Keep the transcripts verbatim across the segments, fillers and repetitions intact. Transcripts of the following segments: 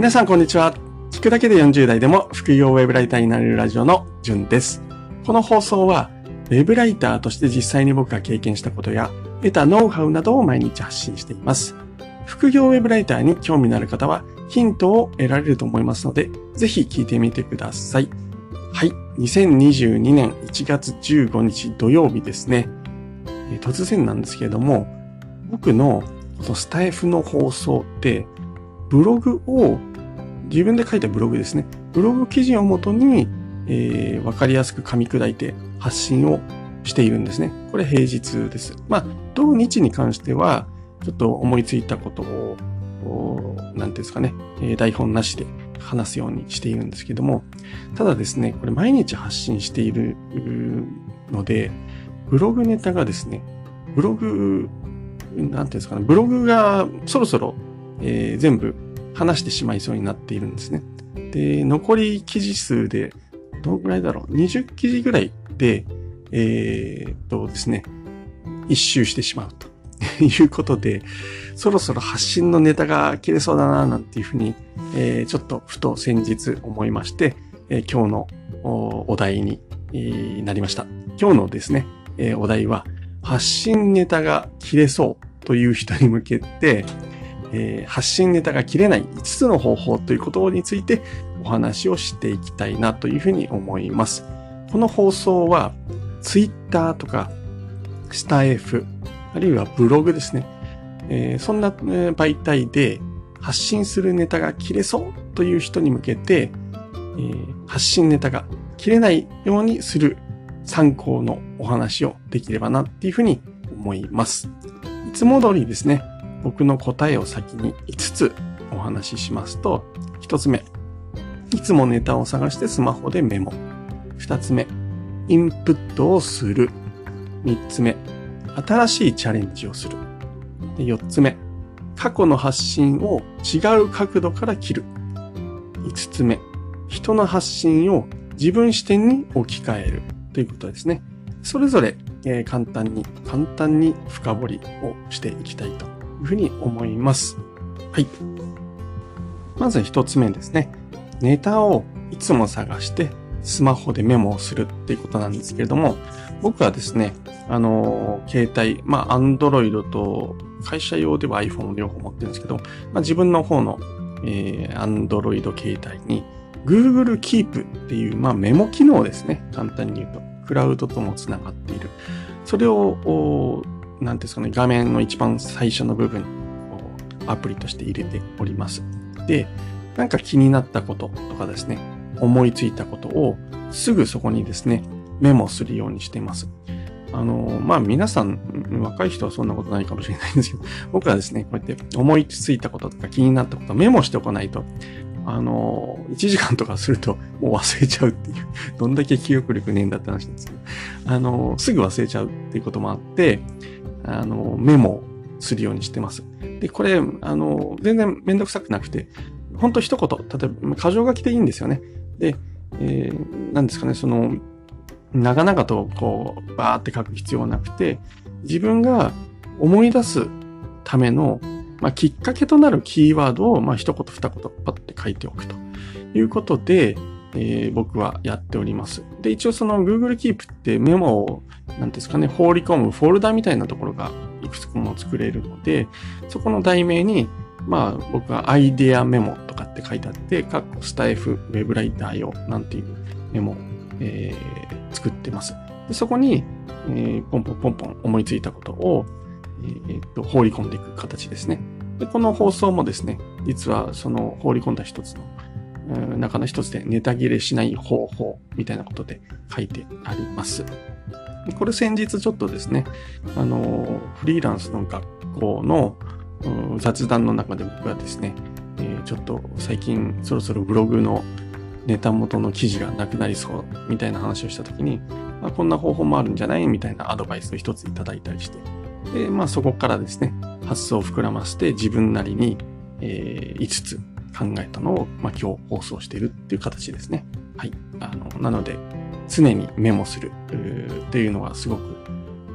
皆さんこんにちは。聞くだけでよんじゅう代でも副業ウェブライターになれるラジオのじゅんです。この放送はウェブライターとして実際に僕が経験したことや得たノウハウなどを毎日発信しています。副業ウェブライターに興味のある方はヒントを得られると思いますので、ぜひ聞いてみてください。はい。にせんにじゅうにねんいちがつじゅうごにち土曜日ですね。えー、突然なんですけれども、僕のこのスタイフの放送ってブログを自分で書いたブログですね。ブログ記事をもとに、えー、わかりやすく噛み砕いて発信をしているんですね。これ平日です。まあ、土日に関しては、ちょっと思いついたことを、なんていうんですかね、えー、台本なしで話すようにしているんですけども、ただですね、これ毎日発信しているので、ブログネタがですね、ブログ、なんていうんですかね、ブログがそろそろ、えー、全部話してしまいそうになっているんですね。で、残り記事数で、どのくらいだろう ?にじゅう 記事ぐらいで、えー、っとですね、一周してしまうということで、そろそろ発信のネタが切れそうだな、なんていうふうに、えー、ちょっとふと先日思いまして、えー、今日の お, お題に、えー、なりました。今日のですね、えー、お題は、発信ネタが切れそうという人に向けて、えー、発信ネタが切れないいつつの方法ということについてお話をしていきたいなというふうに思います。この放送は Twitter とかスタイフ、あるいはブログですね。えー、そんな媒体で発信するネタが切れそうという人に向けて、えー、発信ネタが切れないようにする参考のお話をできればなっていうふうに思います。いつも通りですね、僕の答えを先にいつつお話ししますと、ひとつめ、いつもネタを探してスマホでメモ。ふたつめ、インプットをする。みっつめ、新しいチャレンジをする。でよっつめ、過去の発信を違う角度から切る。いつつめ、人の発信を自分視点に置き換えるということですね。それぞれ、えー、簡単に簡単に深掘りをしていきたいというふうに思います。はい。まず一つ目ですね。ネタをいつも探してスマホでメモをするっていうことなんですけれども、僕はですね、あのー、携帯、まあ、Android と会社用では iPhone 両方持ってるんですけど、まあ、自分の方の、えー、Android 携帯に Google Keep っていう、まあ、メモ機能ですね。簡単に言うと。クラウドともつながっている。それを、なんですかね、画面の一番最初の部分にアプリとして入れております。で、なんか気になったこととかですね、思いついたことをすぐそこにですね、メモするようにしています。あの、まあ、皆さん、若い人はそんなことないかもしれないんですけど、僕はですね、こうやって思いついたこととか気になったことをメモしておかないと、あの、いちじかんとかするともう忘れちゃうっていう、どんだけ記憶力ねえんだって話なんですけど、あの、すぐ忘れちゃうっていうこともあって、あの、メモするようにしてます。で、これ、あの、全然めんどくさくなくて、ほんと一言、例えば、箇条書きでいいんですよね。で、えー、なんですかね、その、長々とこう、バーって書く必要はなくて、自分が思い出すための、まあ、きっかけとなるキーワードを、まあ、一言二言パッて書いておくということで、えー、僕はやっております。で、一応その Google Keep ってメモを、なんですかね、放り込むフォルダみたいなところがいくつも作れるので、そこの題名に、まあ僕はアイデアメモとかって書いてあって、かっこスタイフウェブライター用なんていうメモを、えー、作ってます。でそこに、えー、ポンポンポンポン思いついたことを、えー、っと放り込んでいく形ですね。で、この放送もですね、実はその放り込んだ一つの中の一つでネタ切れしない方法みたいなことで書いてあります。これ先日ちょっとですね、あの、フリーランスの学校の雑談の中で僕はですね、えー、ちょっと最近そろそろブログのネタ元の記事がなくなりそうみたいな話をしたときに、まあ、こんな方法もあるんじゃないみたいなアドバイスを一ついただいたりして、で、まあそこからですね、発想を膨らませて自分なりに、えー、いつつ考えたのを、まあ、今日放送しているっていう形ですね。はい。あの、なので、常にメモするというのがすごく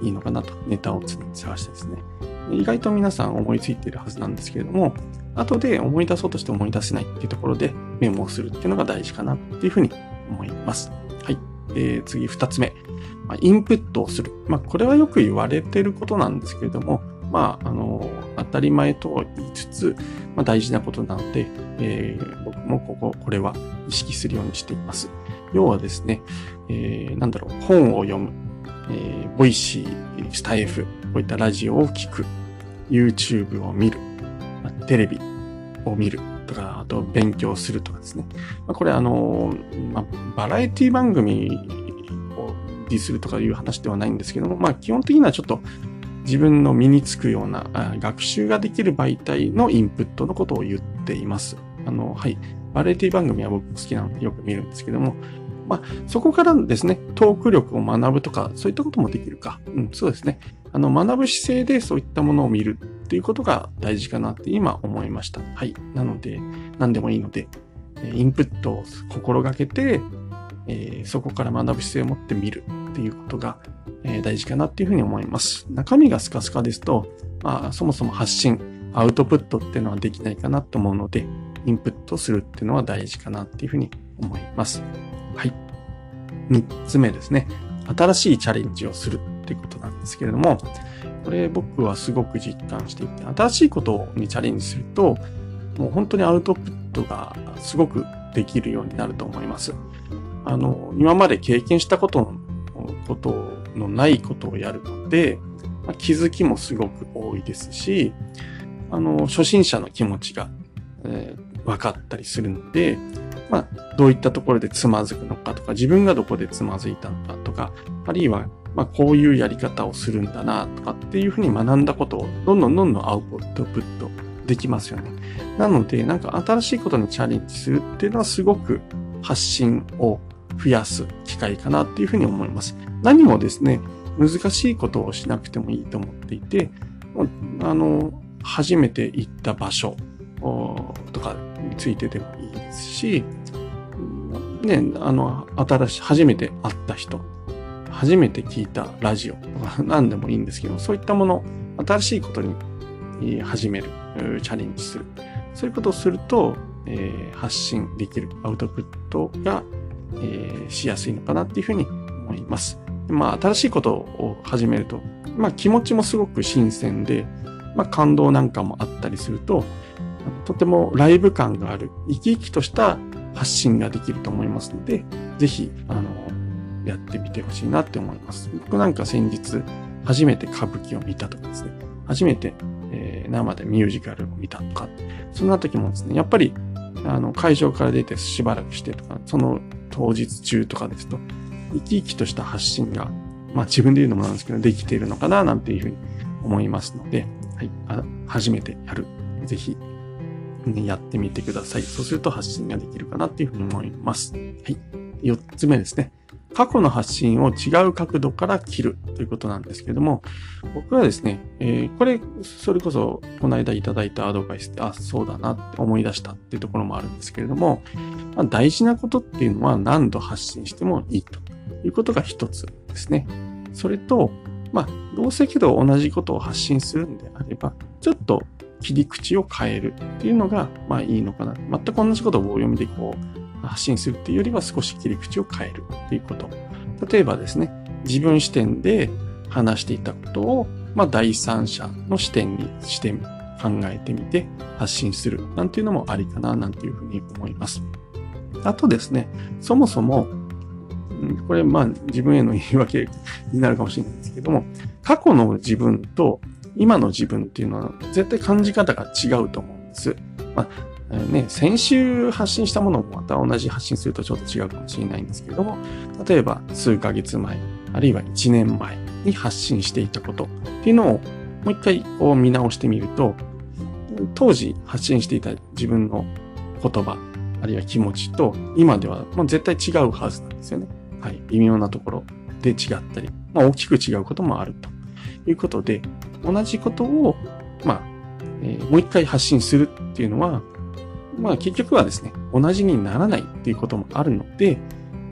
いいのかなと、ネタを常に探してですね。意外と皆さん思いついているはずなんですけれども、後で思い出そうとして思い出せないっていうところでメモをするっていうのが大事かなっていうふうに思います。はい。えー、次二つ目。まあ、インプットをする。まあ、これはよく言われていることなんですけれども、まあ、あの、当たり前とは言いつつ、まあ、大事なことなので、えー、僕もここ、これは意識するようにしています。要はですね、えー、なんだろう、本を読む、えー、ボイシー、スタイフ、こういったラジオを聞く、YouTube を見る、まあ、テレビを見るとか、あと勉強するとかですね。まあ、これあの、まあ、バラエティ番組をディスるとかいう話ではないんですけども、まあ基本的にはちょっと自分の身につくような学習ができる媒体のインプットのことを言っています。あの、はい。バラエティ番組は僕好きなのでよく見るんですけども、まあそこからですね、トーク力を学ぶとか、そういったこともできるか。うん、そうですね。あの、学ぶ姿勢でそういったものを見るっていうことが大事かなって今思いました。はい。なので、何でもいいので、インプットを心がけて、えー、そこから学ぶ姿勢を持って見るっていうことが、えー、大事かなっていうふうに思います。中身がスカスカですと、まあ、そもそも発信、アウトプットっていうのはできないかなと思うので、インプットするっていうのは大事かなっていうふうに思います。はい。三つ目ですね。新しいチャレンジをするっていうことなんですけれども、これ僕はすごく実感していて、新しいことにチャレンジすると、もう本当にアウトプットがすごくできるようになると思います。あの、今まで経験したことの、ことのないことをやるので、まあ、気づきもすごく多いですし、あの、初心者の気持ちが、えー、分かったりするので、まあ、どういったところでつまずくのかとか、自分がどこでつまずいたのかとか、あるいは、まあ、こういうやり方をするんだなとかっていうふうに学んだことを、どんどんどんどんアウトプットできますよね。なので、なんか新しいことにチャレンジするっていうのはすごく発信を増やす機会かなっていうふうに思います。何もですね、難しいことをしなくてもいいと思っていて、あの、初めて行った場所とかについてでもいいですし、ね、あの、新しい、初めて会った人、初めて聞いたラジオとか何でもいいんですけど、そういったもの、新しいことに始める、チャレンジする。そういうことをすると、えー、発信できるアウトプットが、えー、しやすいのかなっていうふうに思います。まあ、新しいことを始めると、まあ気持ちもすごく新鮮で、まあ感動なんかもあったりすると、とてもライブ感がある、生き生きとした発信ができると思いますので、ぜひ、あの、やってみてほしいなって思います。僕なんか先日、初めて歌舞伎を見たとかですね、初めて、えー、生でミュージカルを見たとか、そんな時もですね、やっぱり、あの、会場から出てしばらくしてとか、その当日中とかですと、生き生きとした発信が、まあ自分で言うのもなんですけど、できているのかな、なんていうふうに思いますので、はい、あ初めてやる。ぜひ、ね、やってみてください。そうすると発信ができるかなっていうふうに思います。はい。四つ目ですね。過去の発信を違う角度から切るということなんですけれども、僕はですね、えー、これ、それこそこの間いただいたアドバイスで、あ、そうだなって思い出したっていうところもあるんですけれども、まあ、大事なことっていうのは何度発信してもいいということが一つですね。それと、まあ、どうせけど同じことを発信するんであれば、ちょっと切り口を変えるっていうのが、まあいいのかな。全く同じことを棒読みでこう、発信するっていうよりは少し切り口を変えるっていうこと。例えばですね、自分視点で話していたことを、まあ第三者の視点にして考えてみて発信するなんていうのもありかななんていうふうに思います。あとですね、そもそも、これまあ自分への言い訳になるかもしれないんですけども、過去の自分と今の自分っていうのは絶対感じ方が違うと思うんです。まあね、先週発信したものもまた同じ発信するとちょっと違うかもしれないんですけれども、例えば数ヶ月前、あるいはいちねんまえに発信していたことっていうのをもう一回こう見直してみると、当時発信していた自分の言葉、あるいは気持ちと今ではもう絶対違うはずなんですよね。はい。微妙なところで違ったり、まあ大きく違うこともあるということで、同じことを、まあ、えー、もう一回発信するっていうのは、まあ結局はですね、同じにならないっていうこともあるので、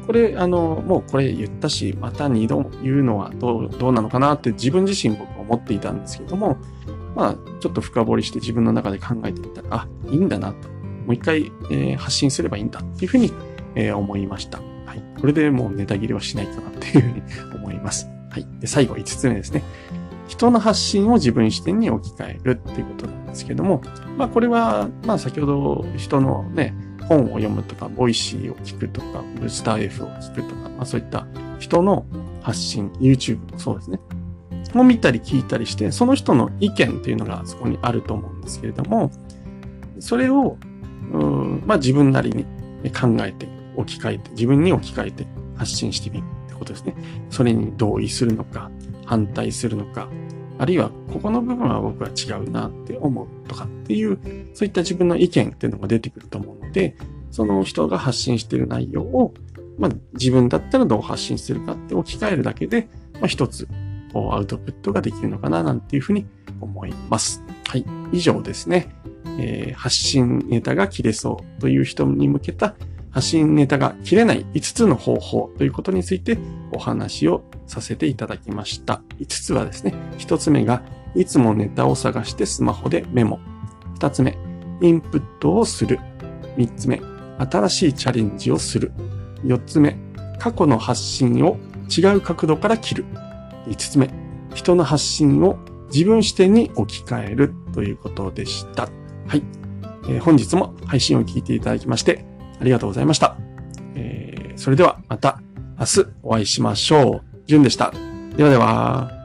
これ、あの、もうこれ言ったし、また二度言うのはどう、どうなのかなって自分自身僕は思っていたんですけども、まあ、ちょっと深掘りして自分の中で考えてみたら、あ、いいんだなと。もう一回、えー、発信すればいいんだっていうふうに、えー、思いました。はい。これでもうネタ切れはしないかなっていうふうに思います。はい。で、最後いつつめですね。人の発信を自分視点に置き換えるっていうことなんですけども、まあこれは、まあ先ほど人のね、本を読むとか、ボイシーを聞くとか、ブースター F を聞くとか、まあそういった人の発信、YouTube もそうですね。を見たり聞いたりして、その人の意見っていうのがそこにあると思うんですけれども、それを、うーんまあ自分なりに考えて、置き換えて、自分に置き換えて発信してみるってことですね。それに同意するのか、反対するのか、あるいはここの部分は僕は違うなって思うとかっていう、そういった自分の意見っていうのが出てくると思うので、その人が発信している内容を、まあ自分だったらどう発信するかって置き換えるだけで、まあ一つアウトプットができるのかななんていうふうに思います。はい。以上ですね。えー、発信ネタが切れそうという人に向けた発信ネタが切れないいつつの方法ということについてお話をさせていただきました。いつつはですね、ひとつめがいつもネタを探してスマホでメモ。ふたつめ、インプットをする。みっつめ、新しいチャレンジをする。よっつめ、過去の発信を違う角度から切る。いつつめ、人の発信を自分視点に置き換えるということでした。はい。えー、本日も配信を聞いていただきましてありがとうございました。えー、それではまた明日お会いしましょう。じゅんでした。ではでは。